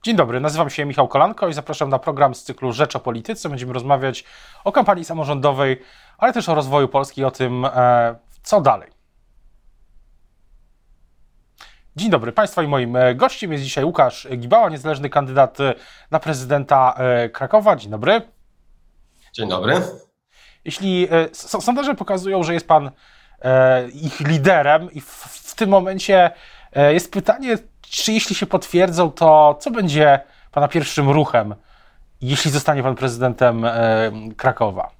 Dzień dobry, nazywam się Michał Kolanko i zapraszam na program z cyklu Rzecz o Polityce. Będziemy rozmawiać o kampanii samorządowej, ale też o rozwoju Polski, o tym, co dalej. Dzień dobry Państwa i moim gościem jest dzisiaj Łukasz Gibała, niezależny kandydat na prezydenta Krakowa. Dzień dobry. Dzień dobry. Jeśli sondaże pokazują, że jest Pan ich liderem i w tym momencie jest pytanie, czy jeśli się potwierdzą, to co będzie Pana pierwszym ruchem, jeśli zostanie Pan prezydentem Krakowa?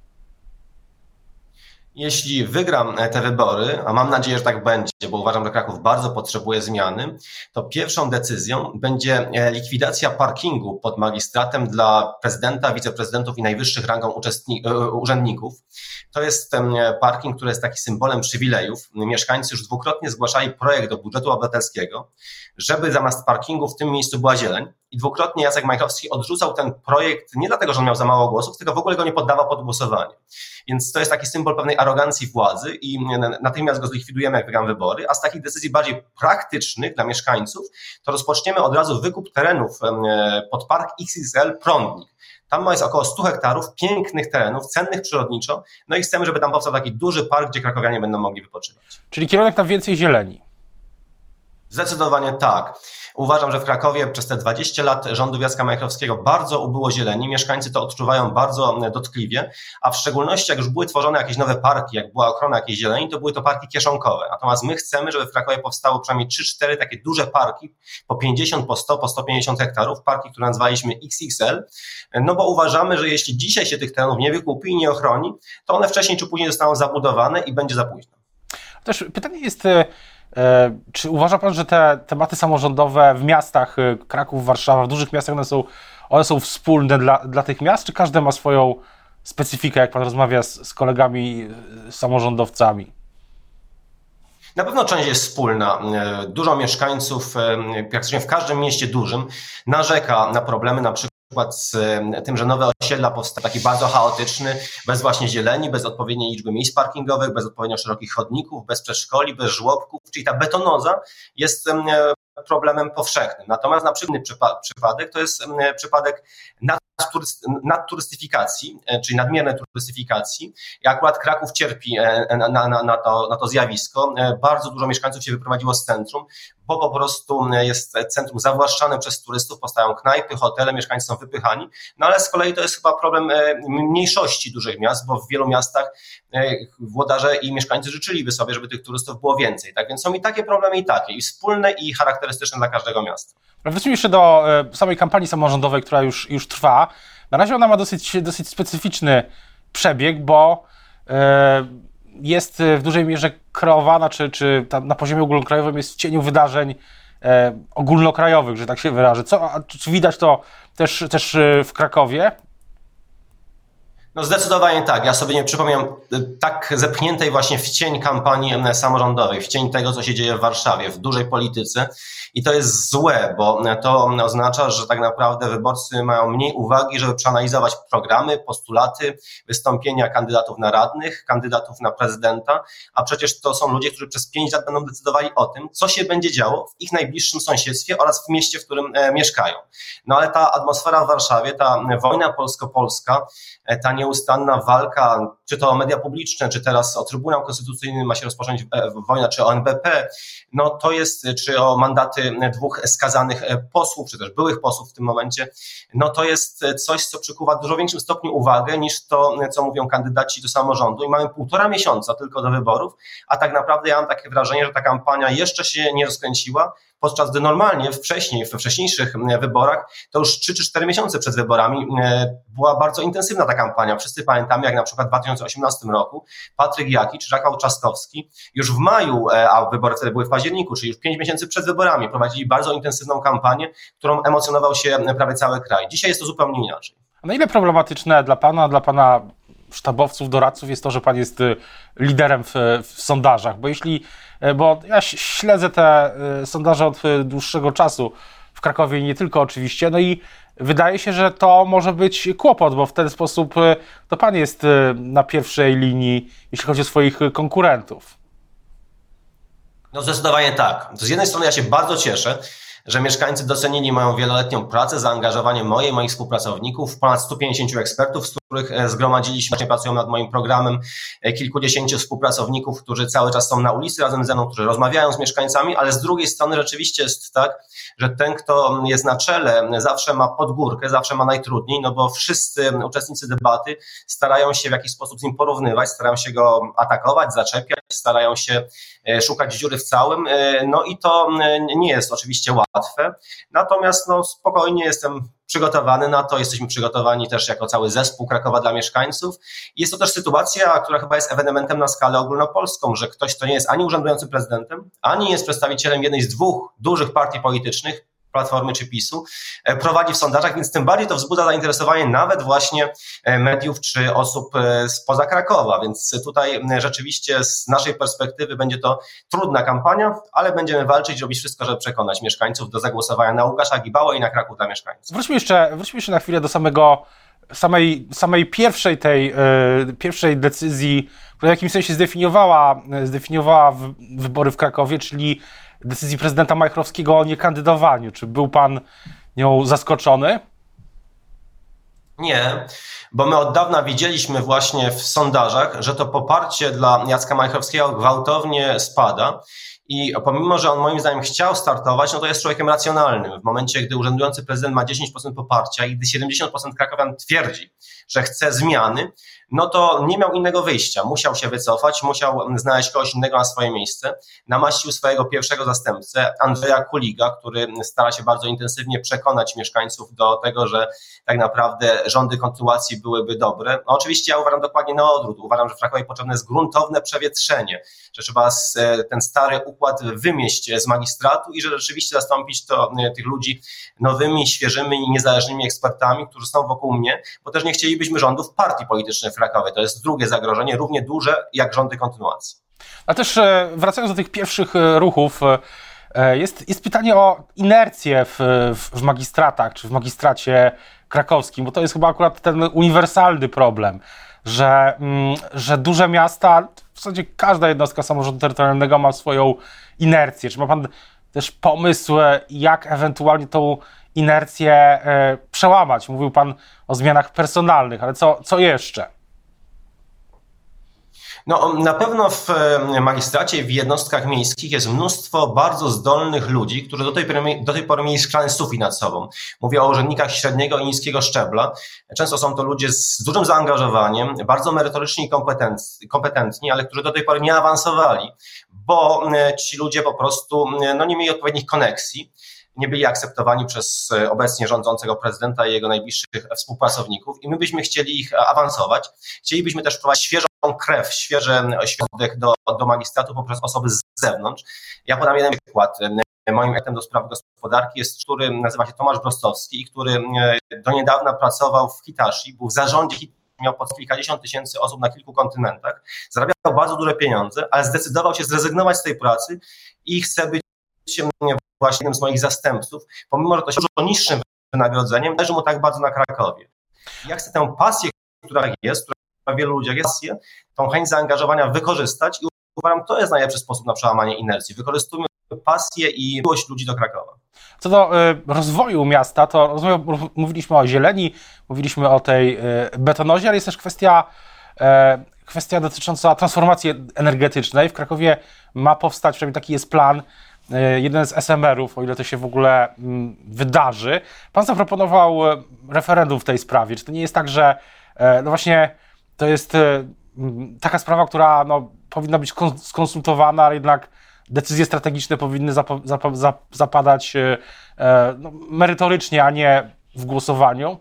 Jeśli wygram te wybory, a mam nadzieję, że tak będzie, bo uważam, że Kraków bardzo potrzebuje zmiany, to pierwszą decyzją będzie likwidacja parkingu pod magistratem dla prezydenta, wiceprezydentów i najwyższych rangą urzędników. To jest ten parking, który jest taki symbolem przywilejów. Mieszkańcy już dwukrotnie zgłaszali projekt do budżetu obywatelskiego, żeby zamiast parkingu w tym miejscu była zieleń. I dwukrotnie Jacek Majchrowski odrzucał ten projekt nie dlatego, że on miał za mało głosów, tylko w ogóle go nie poddawał pod głosowanie. Więc to jest taki symbol pewnej arogancji władzy i natychmiast go zlikwidujemy, jak wygram wybory. A z takich decyzji bardziej praktycznych dla mieszkańców, to rozpoczniemy od razu wykup terenów pod park XXL Prądnik. Tam jest około 100 hektarów pięknych terenów, cennych przyrodniczo. No i chcemy, żeby tam powstał taki duży park, gdzie krakowianie będą mogli wypoczywać. Czyli kierunek na więcej zieleni. Zdecydowanie tak. Uważam, że w Krakowie przez te 20 lat rządów Jacka Majchrowskiego bardzo ubyło zieleni. Mieszkańcy to odczuwają bardzo dotkliwie, a w szczególności jak już były tworzone jakieś nowe parki, jak była ochrona jakiejś zieleni, to były to parki kieszonkowe. Natomiast my chcemy, żeby w Krakowie powstało przynajmniej 3-4 takie duże parki, po 50, po 100, po 150 hektarów, parki, które nazwaliśmy XXL, no bo uważamy, że jeśli dzisiaj się tych terenów nie wykupi i nie ochroni, to one wcześniej czy później zostaną zabudowane i będzie za późno. Też pytanie jest, czy uważa Pan, że te tematy samorządowe w miastach, Kraków, Warszawa, w dużych miastach, one są wspólne dla tych miast, czy każde ma swoją specyfikę, jak Pan rozmawia z kolegami, samorządowcami? Na pewno część jest wspólna. Dużo mieszkańców, praktycznie w każdym mieście dużym, narzeka na problemy, na przykład z tym, że nowe osiedla powstają taki bardzo chaotyczny, bez właśnie zieleni, bez odpowiedniej liczby miejsc parkingowych, bez odpowiednio szerokich chodników, bez przedszkoli, bez żłobków, czyli ta betonoza jest problemem powszechnym. Natomiast na przykład przypadek to jest przypadek nadturystyfikacji, czyli nadmiernej turystyfikacji. I akurat Kraków cierpi na to zjawisko. Bardzo dużo mieszkańców się wyprowadziło z centrum, bo po prostu jest centrum zawłaszczane przez turystów, powstają knajpy, hotele, mieszkańcy są wypychani. No ale z kolei to jest chyba problem mniejszości dużych miast, bo w wielu miastach włodarze i mieszkańcy życzyliby sobie, żeby tych turystów było więcej. Tak więc są i takie problemy, i takie, i wspólne, i charakterystyczne dla każdego miasta. Wróćmy jeszcze do samej kampanii samorządowej, która już trwa. Na razie ona ma dosyć specyficzny przebieg, bo jest w dużej mierze kreowana, czy tam na poziomie ogólnokrajowym jest w cieniu wydarzeń ogólnokrajowych, że tak się wyrażę. Czy widać to też w Krakowie? No zdecydowanie tak. Ja sobie nie przypominam tak zepchniętej właśnie w cień kampanii samorządowej, w cień tego, co się dzieje w Warszawie, w dużej polityce. I to jest złe, bo to oznacza, że tak naprawdę wyborcy mają mniej uwagi, żeby przeanalizować programy, postulaty, wystąpienia kandydatów na radnych, kandydatów na prezydenta, a przecież to są ludzie, którzy przez 5 lat będą decydowali o tym, co się będzie działo w ich najbliższym sąsiedztwie oraz w mieście, w którym mieszkają. No ale ta atmosfera w Warszawie, ta wojna polsko-polska, ta nieustanna walka, czy to o media publiczne, czy teraz o Trybunał Konstytucyjny ma się rozpocząć wojna, czy o NBP, no to jest, czy o mandaty 2 skazanych posłów, czy też byłych posłów w tym momencie, no to jest coś, co przykuwa w dużo większym stopniu uwagę niż to, co mówią kandydaci do samorządu i mamy 1,5 miesiąca tylko do wyborów, a tak naprawdę ja mam takie wrażenie, że ta kampania jeszcze się nie rozkręciła, podczas gdy normalnie we wcześniejszych wyborach, to już 3 czy 4 miesiące przed wyborami była bardzo intensywna ta kampania. Wszyscy pamiętamy, jak na przykład w 2018 roku Patryk Jaki czy Rafał Trzaskowski już w maju, a wybory wtedy były w październiku, czyli już 5 miesięcy przed wyborami, prowadzili bardzo intensywną kampanię, którą emocjonował się prawie cały kraj. Dzisiaj jest to zupełnie inaczej. A na ile problematyczne dla pana sztabowców, doradców jest to, że pan jest liderem w sondażach? Bo ja śledzę te sondaże od dłuższego czasu w Krakowie i nie tylko oczywiście, no i wydaje się, że to może być kłopot, bo w ten sposób to pan jest na pierwszej linii, jeśli chodzi o swoich konkurentów. No zdecydowanie tak. Z jednej strony ja się bardzo cieszę, że mieszkańcy docenili moją wieloletnią pracę, zaangażowanie moich współpracowników, ponad 150 ekspertów, z których zgromadziliśmy, właśnie pracują nad moim programem, kilkudziesięciu współpracowników, którzy cały czas są na ulicy razem ze mną, którzy rozmawiają z mieszkańcami, ale z drugiej strony rzeczywiście jest tak, że ten, kto jest na czele, zawsze ma pod górkę, zawsze ma najtrudniej, no bo wszyscy uczestnicy debaty starają się w jakiś sposób z nim porównywać, starają się go atakować, zaczepiać, starają się szukać dziury w całym, no i to nie jest oczywiście łatwe, natomiast no spokojnie jestem przygotowany na to, jesteśmy przygotowani też jako cały zespół Krakowa dla mieszkańców. Jest to też sytuacja, która chyba jest ewenementem na skalę ogólnopolską, że ktoś, kto nie jest ani urzędującym prezydentem, ani jest przedstawicielem jednej z dwóch dużych partii politycznych, Platformy czy PiS-u, prowadzi w sondażach, więc tym bardziej to wzbudza zainteresowanie nawet właśnie mediów czy osób spoza Krakowa, więc tutaj rzeczywiście z naszej perspektywy będzie to trudna kampania, ale będziemy walczyć, robić wszystko, żeby przekonać mieszkańców do zagłosowania na Łukasza Gibałę i na Kraków dla mieszkańców. Wróćmy jeszcze na chwilę do samej pierwszej decyzji, która w jakimś sensie zdefiniowała wybory w Krakowie, czyli decyzji prezydenta Majchrowskiego o niekandydowaniu. Czy był pan nią zaskoczony? Nie, bo my od dawna widzieliśmy właśnie w sondażach, że to poparcie dla Jacka Majchrowskiego gwałtownie spada. I pomimo, że on moim zdaniem chciał startować, no to jest człowiekiem racjonalnym. W momencie, gdy urzędujący prezydent ma 10% poparcia i gdy 70% krakowian twierdzi, że chce zmiany, no to nie miał innego wyjścia. Musiał się wycofać, musiał znaleźć kogoś innego na swoje miejsce. Namaścił swojego pierwszego zastępcę, Andrzeja Kuliga, który stara się bardzo intensywnie przekonać mieszkańców do tego, że tak naprawdę rządy kontynuacji byłyby dobre. No oczywiście ja uważam dokładnie na odwrót. Uważam, że w Krakowie potrzebne jest gruntowne przewietrzenie, że trzeba ten stary układ wymieść z magistratu i że rzeczywiście zastąpić tych ludzi nowymi, świeżymi i niezależnymi ekspertami, którzy są wokół mnie, bo też nie chcielibyśmy rządów partii politycznych w Krakowie. To jest drugie zagrożenie, równie duże jak rządy kontynuacji. A też wracając do tych pierwszych ruchów, jest pytanie o inercję w magistratach, czy w magistracie krakowskim, bo to jest chyba akurat ten uniwersalny problem, że duże miasta, w zasadzie każda jednostka samorządu terytorialnego ma swoją inercję. Czy ma pan też pomysł, jak ewentualnie tą inercję przełamać? Mówił pan o zmianach personalnych, ale co jeszcze? No, na pewno w magistracie, w jednostkach miejskich jest mnóstwo bardzo zdolnych ludzi, którzy do tej pory mieli szklany sufit nad sobą. Mówię o urzędnikach średniego i niskiego szczebla. Często są to ludzie z dużym zaangażowaniem, bardzo merytoryczni i kompetentni, ale którzy do tej pory nie awansowali, bo ci ludzie po prostu nie mieli odpowiednich koneksji. Nie byli akceptowani przez obecnie rządzącego prezydenta i jego najbliższych współpracowników i my byśmy chcieli ich awansować. Chcielibyśmy też wprowadzić świeżą krew, świeży oddech do magistratu poprzez osoby z zewnątrz. Ja podam jeden przykład. Moim ekspertem do spraw gospodarki jest, który nazywa się Tomasz Brostowski i który do niedawna pracował w Hitachi, był w zarządzie Hitachi, miał po kilkadziesiąt tysięcy osób na kilku kontynentach, zarabiał bardzo duże pieniądze, ale zdecydował się zrezygnować z tej pracy i chce być właśnie jednym z moich zastępców, pomimo że to się dużo niższym wynagrodzeniem, leży mu tak bardzo na Krakowie. Ja chcę tę pasję, która jest, która w wielu ludziach jest, tą chęć zaangażowania wykorzystać i uważam, to jest najlepszy sposób na przełamanie inercji. Wykorzystujmy pasję i miłość ludzi do Krakowa. Co do rozwoju miasta, to mówiliśmy o zieleni, mówiliśmy o tej betonozie, ale jest też kwestia dotycząca transformacji energetycznej. W Krakowie ma powstać, przynajmniej taki jest plan, jeden z SMR-ów, o ile to się w ogóle wydarzy. Pan zaproponował referendum w tej sprawie. Czy to nie jest tak, że no właśnie to jest taka sprawa, która powinna być skonsultowana, ale jednak decyzje strategiczne powinny zapadać merytorycznie, a nie w głosowaniu?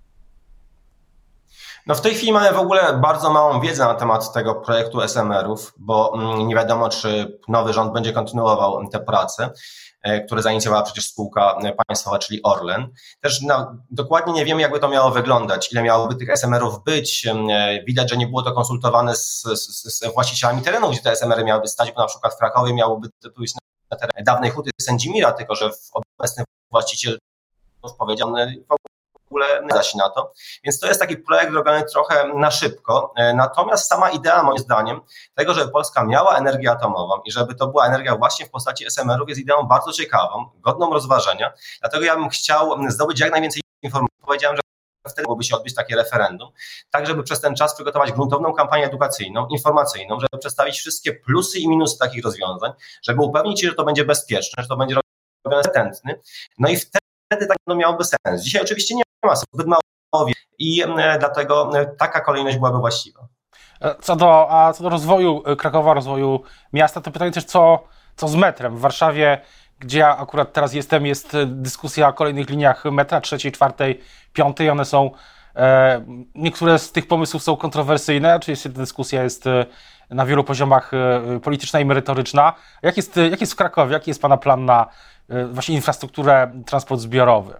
No w tej chwili mamy w ogóle bardzo małą wiedzę na temat tego projektu SMR-ów, bo nie wiadomo, czy nowy rząd będzie kontynuował te prace, które zainicjowała przecież spółka państwowa, czyli Orlen. Też dokładnie nie wiemy, jakby to miało wyglądać, ile miałoby tych SMR-ów być. Widać, że nie było to konsultowane z właścicielami terenu, gdzie te SMR-y miałyby stać, bo na przykład w Krakowie miałoby to pójść na teren dawnej huty Sędzimira, tylko że obecny właściciel powiedział, ogóle nie da się na to. Więc to jest taki projekt robiony trochę na szybko. Natomiast sama idea, moim zdaniem, tego, żeby Polska miała energię atomową i żeby to była energia właśnie w postaci SMR-ów, jest ideą bardzo ciekawą, godną rozważenia. Dlatego ja bym chciał zdobyć jak najwięcej informacji. Powiedziałem, że wtedy mogłoby się odbyć takie referendum, tak żeby przez ten czas przygotować gruntowną kampanię edukacyjną, informacyjną, żeby przedstawić wszystkie plusy i minusy takich rozwiązań, żeby upewnić się, że to będzie bezpieczne, że to będzie robione kompetentny. No i wtedy tak miałoby sens. Dzisiaj oczywiście nie ma zbyt mało i dlatego taka kolejność byłaby właściwa. Co do rozwoju Krakowa, rozwoju miasta, to pytanie też, co z metrem w Warszawie, gdzie ja akurat teraz jestem, jest dyskusja o kolejnych liniach metra, 3., 4., 5. One są, niektóre z tych pomysłów są kontrowersyjne, oczywiście ta dyskusja jest na wielu poziomach polityczna i merytoryczna. Jak jest w Krakowie? Jaki jest Pana plan na właśnie infrastrukturę, transport zbiorowy?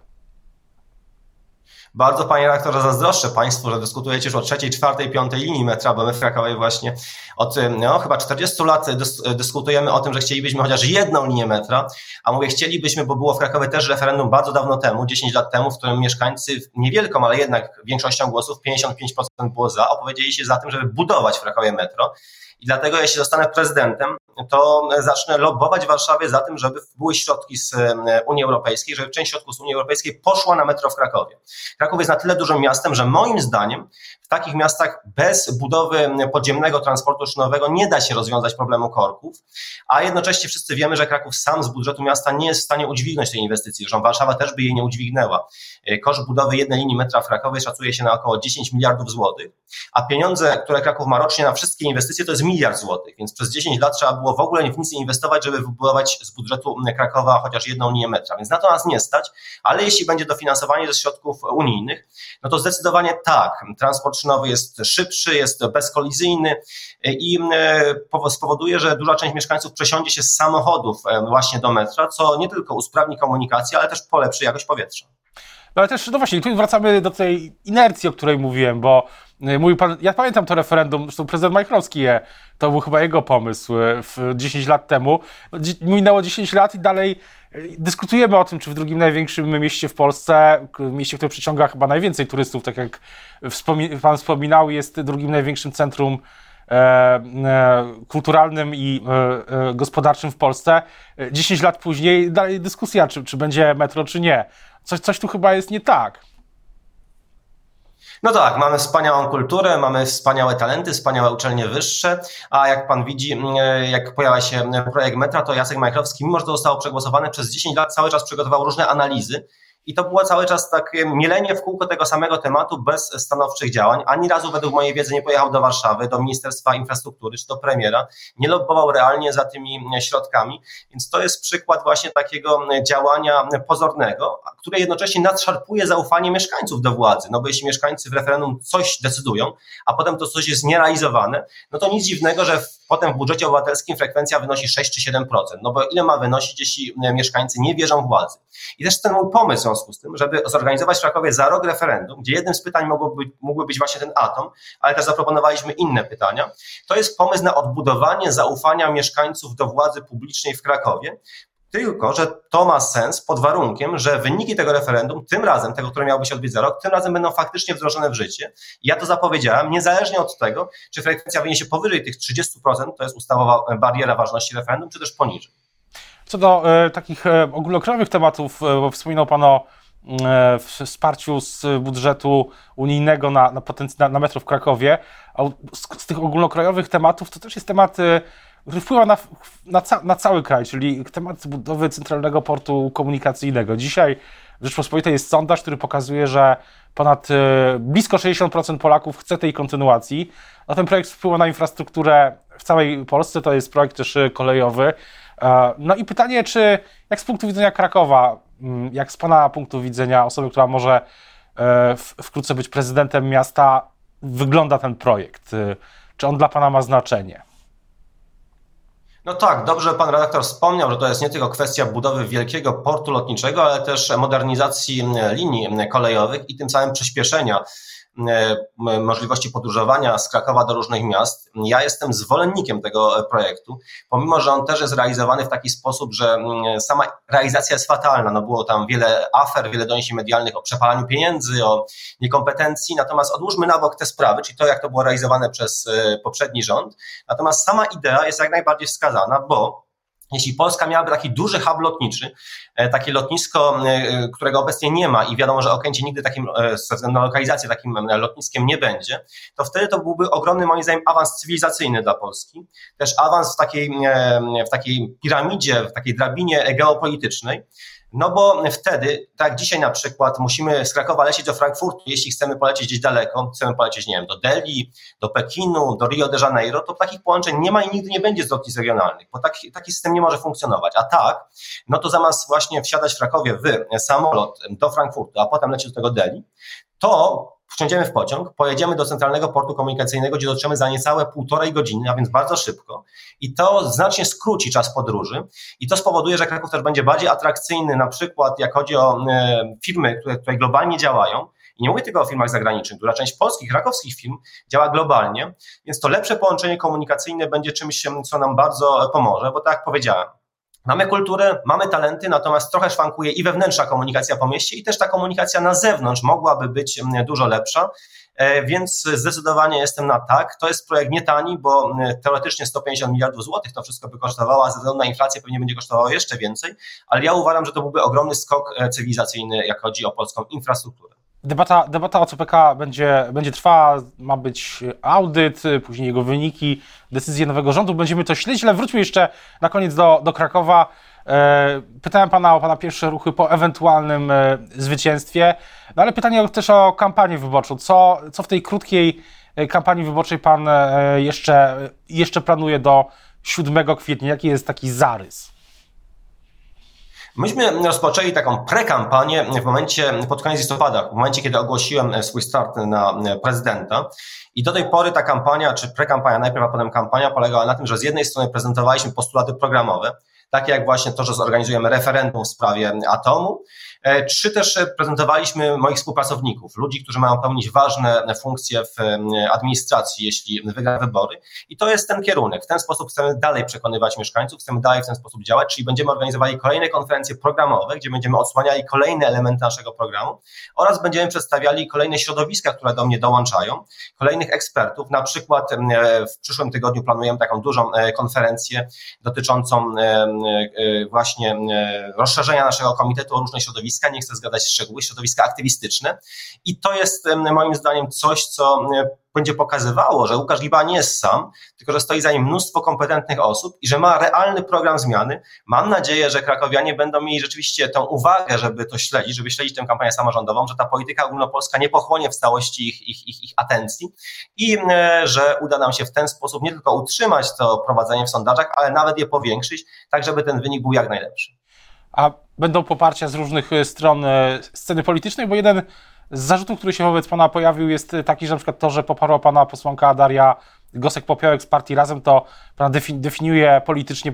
Bardzo, panie redaktorze, zazdroszczę Państwu, że dyskutujecie już o 3., 4., 5. linii metra, bo my w Krakowie właśnie od chyba 40 lat dyskutujemy o tym, że chcielibyśmy chociaż jedną linię metra, a mówię chcielibyśmy, bo było w Krakowie też referendum bardzo dawno temu, 10 lat temu, w którym mieszkańcy niewielką, ale jednak większością głosów, 55% było za, opowiedzieli się za tym, żeby budować w Krakowie metro. I dlatego jeśli zostanę prezydentem, to zacznę lobbować w Warszawie za tym, żeby były środki z Unii Europejskiej, żeby część środków z Unii Europejskiej poszła na metro w Krakowie. Kraków jest na tyle dużym miastem, że moim zdaniem w takich miastach bez budowy podziemnego transportu szynowego nie da się rozwiązać problemu korków, a jednocześnie wszyscy wiemy, że Kraków sam z budżetu miasta nie jest w stanie udźwignąć tej inwestycji, zresztą Warszawa też by jej nie udźwignęła. Koszt budowy jednej linii metra w Krakowie szacuje się na około 10 miliardów złotych, a pieniądze, które Kraków ma rocznie na wszystkie inwestycje, to jest 1 miliard złotych, więc przez 10 lat trzeba było w ogóle w nic nie inwestować, żeby wybudować z budżetu Krakowa chociaż jedną linię metra, więc na to nas nie stać, ale jeśli będzie dofinansowanie ze środków unijnych, no to zdecydowanie tak, transport szynowy jest szybszy, jest bezkolizyjny i spowoduje, że duża część mieszkańców przesiądzie się z samochodów właśnie do metra, co nie tylko usprawni komunikację, ale też polepszy jakość powietrza. No ale też, no właśnie, tu wracamy do tej inercji, o której mówiłem, bo mówił pan, ja pamiętam to referendum, zresztą prezydent Majchrowski to był chyba jego pomysł 10 lat temu. Minęło 10 lat i dalej dyskutujemy o tym, czy w drugim największym mieście w Polsce, mieście, które przyciąga chyba najwięcej turystów, tak jak pan wspominał, jest drugim największym centrum kulturalnym i gospodarczym w Polsce. 10 lat później dalej dyskusja, czy będzie metro, czy nie. Coś tu chyba jest nie tak. No tak, mamy wspaniałą kulturę, mamy wspaniałe talenty, wspaniałe uczelnie wyższe, a jak pan widzi, jak pojawia się projekt metra, to Jacek Majchrowski, mimo że to zostało przegłosowane, przez 10 lat cały czas przygotował różne analizy i to było cały czas takie mielenie w kółko tego samego tematu bez stanowczych działań. Ani razu według mojej wiedzy nie pojechał do Warszawy, do Ministerstwa Infrastruktury czy do premiera, nie lobbował realnie za tymi środkami, więc to jest przykład właśnie takiego działania pozornego, które jednocześnie nadszarpuje zaufanie mieszkańców do władzy, no bo jeśli mieszkańcy w referendum coś decydują, a potem to coś jest nierealizowane, no to nic dziwnego, że potem w budżecie obywatelskim frekwencja wynosi 6 czy 7%, no bo ile ma wynosić, jeśli mieszkańcy nie wierzą władzy. I też ten mój pomysł w związku z tym, żeby zorganizować w Krakowie za rok referendum, gdzie jednym z pytań mógłby być właśnie ten atom, ale też zaproponowaliśmy inne pytania, to jest pomysł na odbudowanie zaufania mieszkańców do władzy publicznej w Krakowie, tylko że to ma sens pod warunkiem, że wyniki tego referendum, tym razem, tego, które miałoby się odbyć za rok, tym razem będą faktycznie wdrożone w życie. Ja to zapowiedziałem, niezależnie od tego, czy frekwencja wyniesie powyżej tych 30%, to jest ustawowa bariera ważności referendum, czy też poniżej. Co do takich ogólnokrajowych tematów, bo wspominał pan o wsparciu z budżetu unijnego na metro w Krakowie, a z tych ogólnokrajowych tematów to też jest temat, który wpływa na cały kraj, czyli temat budowy centralnego portu komunikacyjnego. Dzisiaj w Rzeczpospolitej jest sondaż, który pokazuje, że blisko 60% Polaków chce tej kontynuacji. No, ten projekt wpływa na infrastrukturę w całej Polsce, to jest projekt też kolejowy. No i pytanie, jak z punktu widzenia Krakowa, jak z pana punktu widzenia osoby, która może wkrótce być prezydentem miasta, wygląda ten projekt? Czy on dla pana ma znaczenie? No tak, dobrze pan redaktor wspomniał, że to jest nie tylko kwestia budowy wielkiego portu lotniczego, ale też modernizacji linii kolejowych i tym samym przyspieszenia możliwości podróżowania z Krakowa do różnych miast. Ja jestem zwolennikiem tego projektu, pomimo że on też jest realizowany w taki sposób, że sama realizacja jest fatalna. No było tam wiele afer, wiele doniesień medialnych o przepalaniu pieniędzy, o niekompetencji, natomiast odłóżmy na bok te sprawy, czyli to, jak to było realizowane przez poprzedni rząd. Natomiast sama idea jest jak najbardziej wskazana, bo jeśli Polska miałaby taki duży hub lotniczy, takie lotnisko, którego obecnie nie ma i wiadomo, że Okęcie nigdy takim, ze względu na lokalizację, takim lotniskiem nie będzie, to wtedy to byłby ogromny, moim zdaniem, awans cywilizacyjny dla Polski. Też awans w takiej piramidzie, w takiej drabinie geopolitycznej. No bo wtedy, tak jak dzisiaj na przykład, musimy z Krakowa lecieć do Frankfurtu, jeśli chcemy polecieć gdzieś daleko, chcemy polecieć, nie wiem, do Delhi, do Pekinu, do Rio de Janeiro, to takich połączeń nie ma i nigdy nie będzie z lotnisk regionalnych, bo taki system nie może funkcjonować. A tak, no to zamiast właśnie wsiadać w Krakowie w samolot do Frankfurtu, a potem lecieć do tego Delhi, to wsiądziemy w pociąg, pojedziemy do centralnego portu komunikacyjnego, gdzie dotrzemy za niecałe 1,5 godziny, a więc bardzo szybko. I to znacznie skróci czas podróży i to spowoduje, że Kraków też będzie bardziej atrakcyjny, na przykład jak chodzi o firmy, które globalnie działają. I nie mówię tylko o firmach zagranicznych, duża część polskich, krakowskich firm działa globalnie, więc to lepsze połączenie komunikacyjne będzie czymś, co nam bardzo pomoże, bo tak jak powiedziałem, mamy kulturę, mamy talenty, natomiast trochę szwankuje i wewnętrzna komunikacja po mieście i też ta komunikacja na zewnątrz mogłaby być dużo lepsza, więc zdecydowanie jestem na tak. To jest projekt nie tani, bo teoretycznie 150 miliardów złotych to wszystko by kosztowało, a ze względu na inflację pewnie będzie kosztowało jeszcze więcej, ale ja uważam, że to byłby ogromny skok cywilizacyjny, jak chodzi o polską infrastrukturę. Debata o CPK będzie trwała, ma być audyt, później jego wyniki, decyzje nowego rządu. Będziemy to śledzić, ale wróćmy jeszcze na koniec do Krakowa. Pytałem pana o pana pierwsze ruchy po ewentualnym zwycięstwie, no ale pytanie też o kampanię wyborczą. Co w tej krótkiej kampanii wyborczej pan jeszcze planuje do 7 kwietnia? Jaki jest taki zarys? Myśmy rozpoczęli taką prekampanię pod koniec listopada, w momencie, kiedy ogłosiłem swój start na prezydenta. I do tej pory ta kampania, czy prekampania najpierw, a potem kampania polegała na tym, że z jednej strony prezentowaliśmy postulaty programowe, takie jak właśnie to, że zorganizujemy referendum w sprawie atomu, czy też prezentowaliśmy moich współpracowników, ludzi, którzy mają pełnić ważne funkcje w administracji, jeśli wygra wybory. I to jest ten kierunek. W ten sposób chcemy dalej przekonywać mieszkańców, chcemy dalej w ten sposób działać, czyli będziemy organizowali kolejne konferencje programowe, gdzie będziemy odsłaniali kolejne elementy naszego programu oraz będziemy przedstawiali kolejne środowiska, które do mnie dołączają, kolejnych ekspertów. Na przykład w przyszłym tygodniu planujemy taką dużą konferencję dotyczącą właśnie rozszerzenia naszego komitetu o różne środowiska. Nie chcę zgadać szczegóły, środowiska aktywistyczne i to jest moim zdaniem coś, co będzie pokazywało, że Łukasz Giba nie jest sam, tylko że stoi za nim mnóstwo kompetentnych osób i że ma realny program zmiany. Mam nadzieję, że krakowianie będą mieli rzeczywiście tą uwagę, żeby to śledzić, żeby śledzić tę kampanię samorządową, że ta polityka ogólnopolska nie pochłonie w całości ich atencji i że uda nam się w ten sposób nie tylko utrzymać to prowadzenie w sondażach, ale nawet je powiększyć, tak żeby ten wynik był jak najlepszy. A będą poparcia z różnych stron sceny politycznej, bo jeden z zarzutów, który się wobec pana pojawił, jest taki, że na przykład to, że poparła pana posłanka Daria Gosek-Popiołek z partii Razem, to pana definiuje politycznie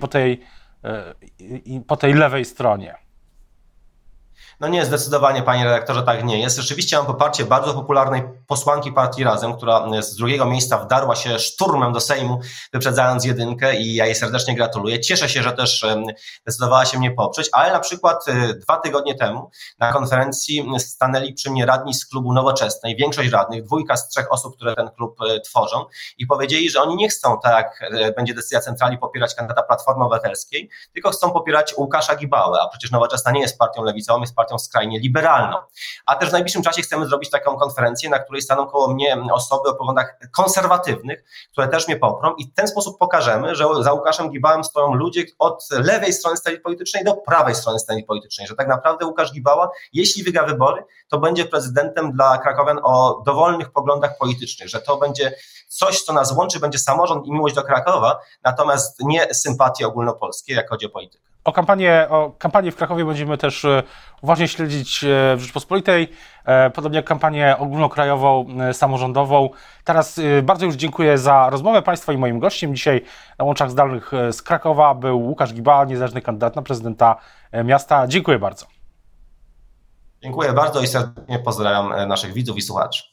po tej lewej stronie. No nie, zdecydowanie, panie redaktorze, tak nie jest. Rzeczywiście mam poparcie bardzo popularnej posłanki partii Razem, która z 2. miejsca wdarła się szturmem do Sejmu, wyprzedzając jedynkę i ja jej serdecznie gratuluję. Cieszę się, że też zdecydowała się mnie poprzeć, ale na przykład 2 tygodnie temu na konferencji stanęli przy mnie radni z klubu Nowoczesnej, większość radnych, 2 z 3 osób, które ten klub tworzą i powiedzieli, że oni nie chcą, tak jak będzie decyzja centrali, popierać kandydata Platformy Obywatelskiej, tylko chcą popierać Łukasza Gibałę, a przecież Nowoczesna nie jest partią lewicową, jest partią skrajnie liberalną. A też w najbliższym czasie chcemy zrobić taką konferencję, na której staną koło mnie osoby o poglądach konserwatywnych, które też mnie poprą i w ten sposób pokażemy, że za Łukaszem Gibałą stoją ludzie od lewej strony sceny politycznej do prawej strony sceny politycznej, że tak naprawdę Łukasz Gibała, jeśli wygra wybory, to będzie prezydentem dla krakowian o dowolnych poglądach politycznych, że to będzie coś, co nas łączy, będzie samorząd i miłość do Krakowa, natomiast nie sympatie ogólnopolskie, jak chodzi o politykę. O kampanię w Krakowie będziemy też uważnie śledzić w Rzeczpospolitej, podobnie jak kampanię ogólnokrajową, samorządową. Teraz bardzo już dziękuję za rozmowę Państwa i moim gościem. Dzisiaj na łączach zdalnych z Krakowa był Łukasz Gibała, niezależny kandydat na prezydenta miasta. Dziękuję bardzo. Dziękuję bardzo i serdecznie pozdrawiam naszych widzów i słuchaczy.